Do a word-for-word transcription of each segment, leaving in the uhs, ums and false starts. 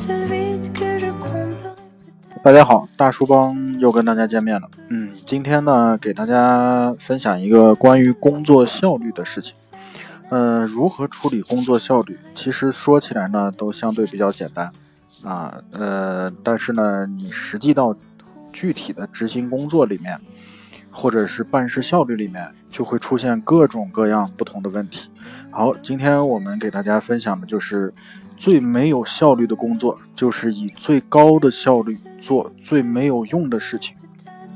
大家好，大叔帮又跟大家见面了。嗯，今天呢，给大家分享一个关于工作效率的事情。呃，如何处理工作效率？其实说起来呢，都相对比较简单啊。呃，但是呢，你实际到具体的执行工作里面，或者是办事效率里面，就会出现各种各样不同的问题。好，今天我们给大家分享的就是最没有效率的工作，就是以最高的效率做最没有用的事情。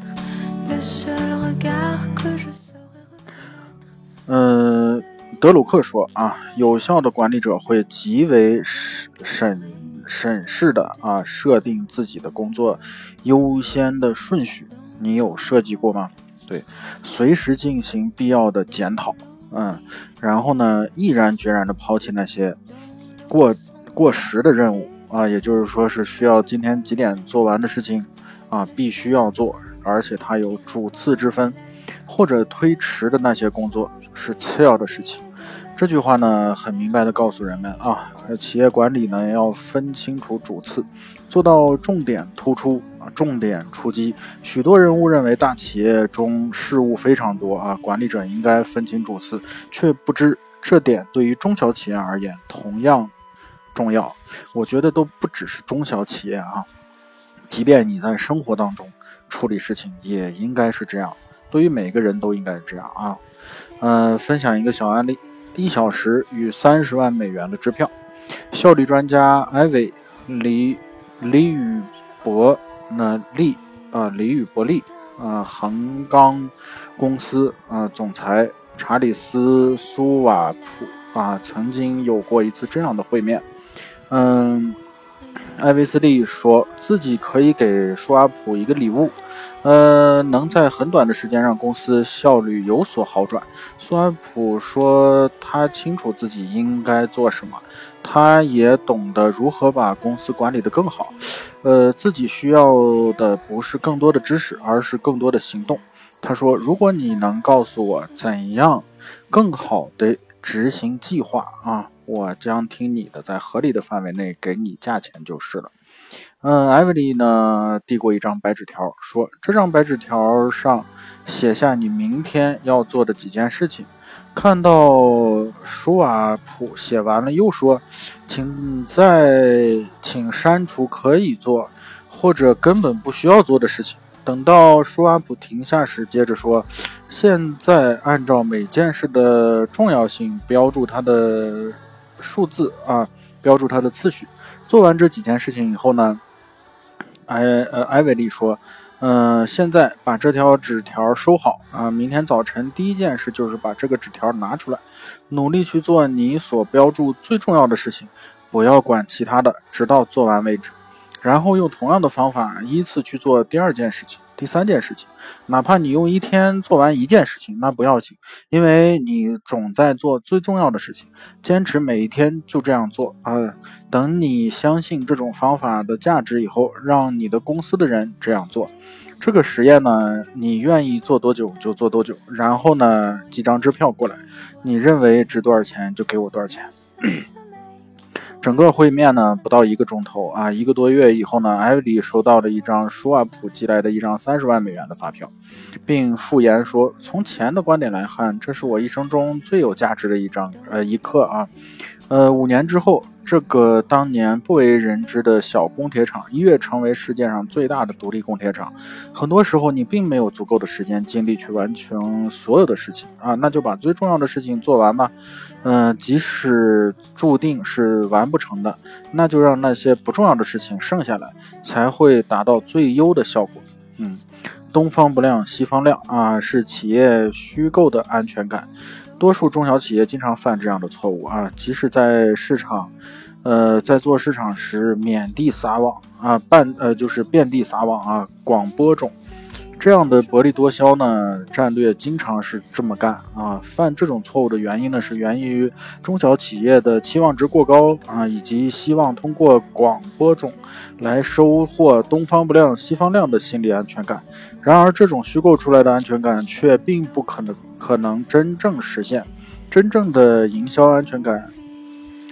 呃，德鲁克说啊，有效的管理者会极为审审视的啊，设定自己的工作优先的顺序。你有设计过吗？对，随时进行必要的检讨，嗯，然后呢，毅然决然的抛弃那些过过时的任务啊，也就是说是需要今天几点做完的事情啊，必须要做，而且它有主次之分，或者推迟的那些工作是次要的事情。这句话呢，很明白的告诉人们啊，企业管理呢要分清楚主次，做到重点突出啊，重点出击。许多人误认为大企业中事务非常多啊，管理者应该分清主次，却不知这点对于中小企业而言同样重要。我觉得都不只是中小企业啊，即便你在生活当中处理事情也应该是这样，对于每个人都应该是这样啊。呃，分享一个小案例。一小时与三十万美元的支票，效率专家艾维李李宇博那利啊李宇博利啊恒钢公司啊总裁查理斯苏瓦普啊曾经有过一次这样的会面。嗯，艾维斯利说自己可以给舒瓦普一个礼物，呃，能在很短的时间让公司效率有所好转。苏瓦普说他清楚自己应该做什么，他也懂得如何把公司管理得更好。呃，自己需要的不是更多的知识，而是更多的行动。他说，如果你能告诉我怎样更好的执行计划啊，我将听你的，在合理的范围内给你价钱就是了。嗯，艾维利呢递过一张白纸条，说这张白纸条上写下你明天要做的几件事情。看到舒瓦普写完了，又说，请在请删除可以做或者根本不需要做的事情。等到舒瓦普停下时，接着说，现在按照每件事的重要性标注它的数字啊，标注它的次序。做完这几件事情以后呢，艾呃艾维利说，呃，现在把这条纸条收好啊，明天早晨第一件事就是把这个纸条拿出来，努力去做你所标注最重要的事情，不要管其他的，直到做完为止。然后用同样的方法依次去做第二件事情、第三件事情，哪怕你用一天做完一件事情，那不要紧，因为你总在做最重要的事情，坚持每一天就这样做啊、呃。等你相信这种方法的价值以后，让你的公司的人这样做。这个实验呢，你愿意做多久就做多久，然后呢，寄张支票过来，你认为值多少钱就给我多少钱。整个会面呢不到一个钟头啊，一个多月以后呢，艾维利收到了一张舒瓦普寄来的一张三十万美元的发票，并附言说，从钱的观点来看，这是我一生中最有价值的一张呃一刻啊。呃，五年之后，这个当年不为人知的小钢铁厂一跃成为世界上最大的独立钢铁厂。很多时候你并没有足够的时间精力去完成所有的事情啊，那就把最重要的事情做完吧。嗯、呃，即使注定是完不成的，那就让那些不重要的事情剩下来，才会达到最优的效果。嗯，东方不亮西方亮啊，是企业虚构的安全感。多数中小企业经常犯这样的错误啊，即使在市场，呃，在做市场时遍地撒网啊，半呃就是遍地撒网啊，广播种。这样的薄利多销呢战略经常是这么干啊。犯这种错误的原因呢，是源于中小企业的期望值过高啊，以及希望通过广播种来收获东方不亮西方亮的心理安全感。然而，这种虚构出来的安全感却并不可能可能真正实现。真正的营销安全感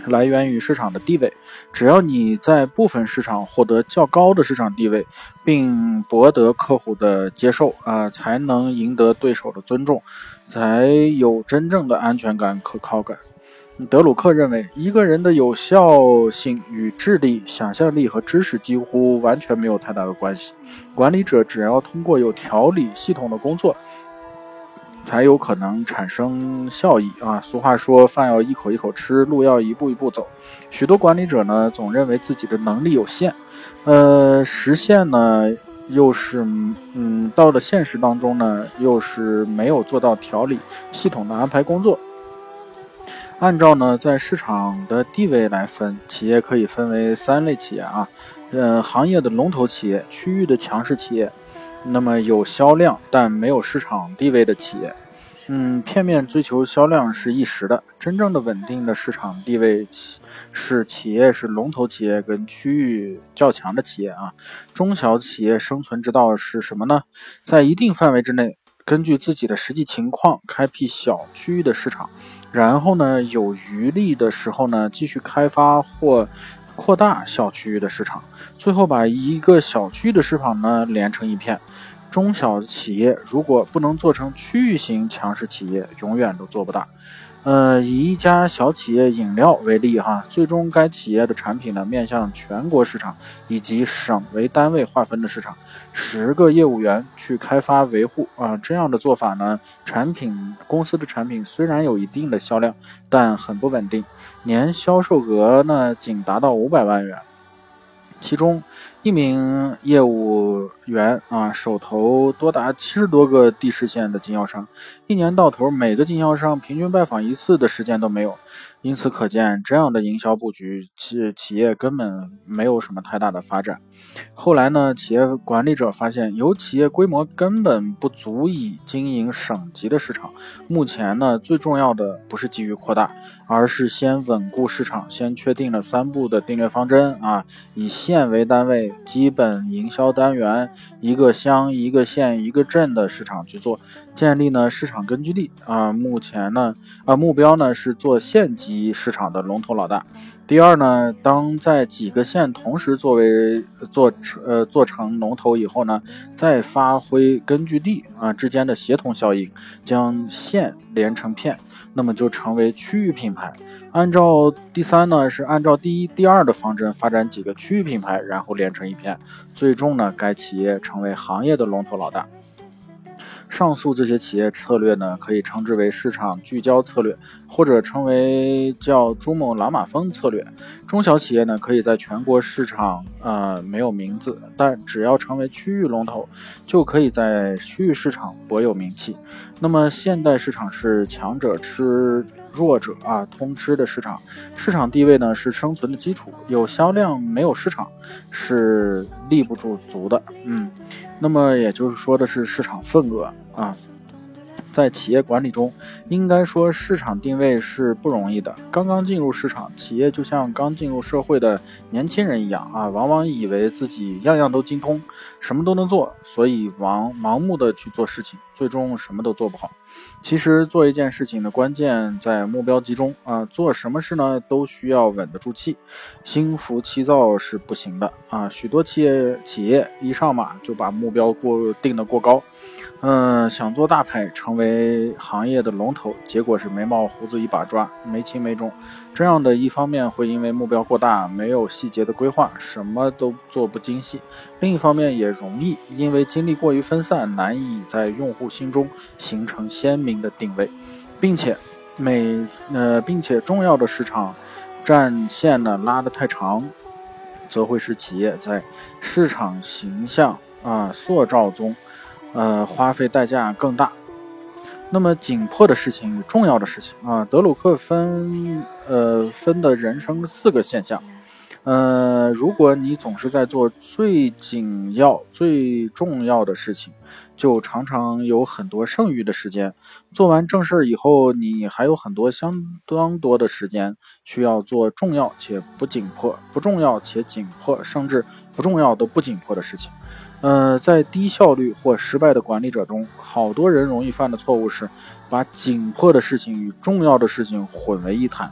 来源于市场的地位。只要你在部分市场获得较高的市场地位，并博得客户的接受啊、呃，才能赢得对手的尊重，才有真正的安全感、可靠感。德鲁克认为，一个人的有效性与智力、想象力和知识几乎完全没有太大的关系。管理者只要通过有条理、系统的工作，才有可能产生效益啊！俗话说，饭要一口一口吃，路要一步一步走。许多管理者呢，总认为自己的能力有限，呃，实现呢，又是嗯，到了现实当中呢，又是没有做到条理、系统的安排工作。按照呢，在市场的地位来分，企业可以分为三类企业啊，呃，行业的龙头企业、区域的强势企业，那么有销量但没有市场地位的企业。嗯，片面追求销量是一时的，真正的稳定的市场地位是企业是龙头企业跟区域较强的企业啊。中小企业生存之道是什么呢？在一定范围之内，根据自己的实际情况开辟小区域的市场，然后呢，有余力的时候呢，继续开发或扩大小区域的市场，最后把一个小区域的市场呢连成一片。中小企业如果不能做成区域型强势企业，永远都做不大。呃，以一家小企业饮料为例哈，最终该企业的产品呢面向全国市场以及省为单位划分的市场，十个业务员去开发维护啊、呃，这样的做法呢，产品公司的产品虽然有一定的销量，但很不稳定，年销售额呢仅达到五百万元。其中一名业务员啊，手头多达七十多个地市县的经销商，一年到头每个经销商平均拜访一次的时间都没有。因此可见，这样的营销布局，企企业根本没有什么太大的发展。后来呢，企业管理者发现，有企业规模根本不足以经营省级的市场。目前呢，最重要的不是急于扩大，而是先稳固市场，先确定了三步的定略方针啊，以县为单位，基本营销单元，一个乡、一个县、一个镇的市场去做，建立呢市场根据地啊。目前呢，啊目标呢是做县级市场的龙头老大。第二呢，当在几个县同时作为做呃做成龙头以后呢，再发挥根据地啊之间的协同效应，将县连成片，那么就成为区域品牌。按照第三呢，是按照第一、第二的方针发展几个区域品牌，然后连成一片，最终呢，该企业成为行业的龙头老大。上述这些企业策略呢，可以称之为市场聚焦策略，或者称为叫珠穆朗玛峰策略。中小企业呢，可以在全国市场呃没有名字，但只要成为区域龙头，就可以在区域市场博有名气。那么现代市场是强者吃弱者啊通吃的市场，市场地位呢是生存的基础，有销量没有市场是立不住足的。嗯。那么也就是说的是市场份额啊，在企业管理中，应该说市场定位是不容易的。刚刚进入市场，企业就像刚进入社会的年轻人一样啊，往往以为自己样样都精通，什么都能做，所以盲盲目的去做事情，最终什么都做不好。其实做一件事情的关键在目标集中啊，做什么事呢都需要稳得住气，心浮气躁是不行的啊。许多企业企业一上马就把目标过定得过高。嗯，想做大牌，成为行业的龙头，结果是眉毛胡子一把抓，没轻没重。这样的一方面会因为目标过大，没有细节的规划，什么都做不精细；另一方面也容易因为精力过于分散，难以在用户心中形成鲜明的定位，并且每呃，并且重要的市场战线呢拉得太长，则会使企业在市场形象啊塑造中。呃，花费代价更大。那么紧迫的事情与重要的事情啊，德鲁克分呃分的人生四个现象。呃，如果你总是在做最紧要、最重要的事情，就常常有很多剩余的时间。做完正事以后，你还有很多相当多的时间需要做重要且不紧迫、不重要且紧迫，甚至不重要都不紧迫的事情。呃，在低效率或失败的管理者中，好多人容易犯的错误是把紧迫的事情与重要的事情混为一谈。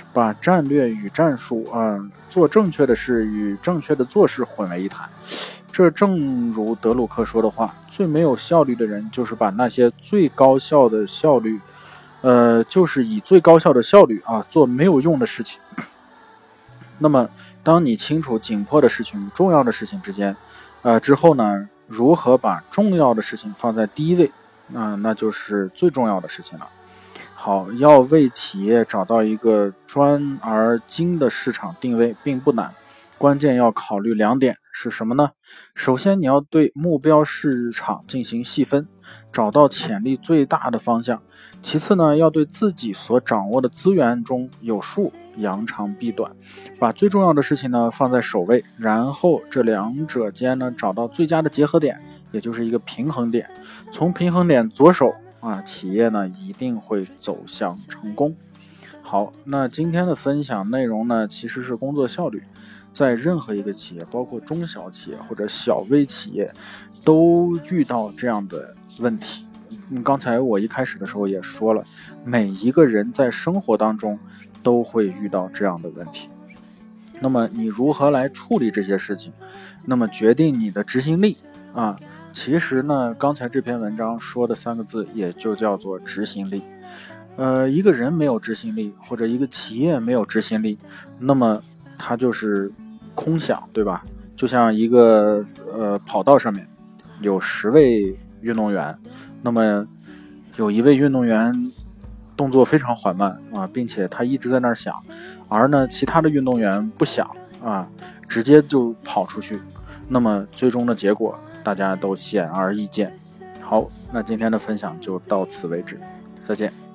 把战略与战术啊、呃，做正确的事与正确的做事混为一谈。这正如德鲁克说的话，最没有效率的人就是把那些最高效的效率，呃，就是以最高效的效率啊做没有用的事情。那么，当你清楚紧迫的事情与重要的事情之间，呃之后呢，如何把重要的事情放在第一位，那、呃、那就是最重要的事情了。好，要为企业找到一个专而精的市场定位并不难，关键要考虑两点是什么呢？首先，你要对目标市场进行细分，找到潜力最大的方向。其次呢，要对自己所掌握的资源中有数，扬长避短，把最重要的事情呢放在首位，然后这两者间呢找到最佳的结合点，也就是一个平衡点。从平衡点着手啊，企业呢一定会走向成功。好，那今天的分享内容呢，其实是工作效率。在任何一个企业，包括中小企业或者小微企业，都遇到这样的问题。嗯，刚才我一开始的时候也说了，每一个人在生活当中都会遇到这样的问题。那么你如何来处理这些事情？那么决定你的执行力啊。其实呢，刚才这篇文章说的三个字也就叫做执行力。呃，一个人没有执行力，或者一个企业没有执行力，那么它就是空想，对吧？就像一个呃跑道上面有十位运动员，那么有一位运动员动作非常缓慢啊，并且他一直在那儿想，而呢其他的运动员不想啊，直接就跑出去，那么最终的结果大家都显而易见。好，那今天的分享就到此为止，再见。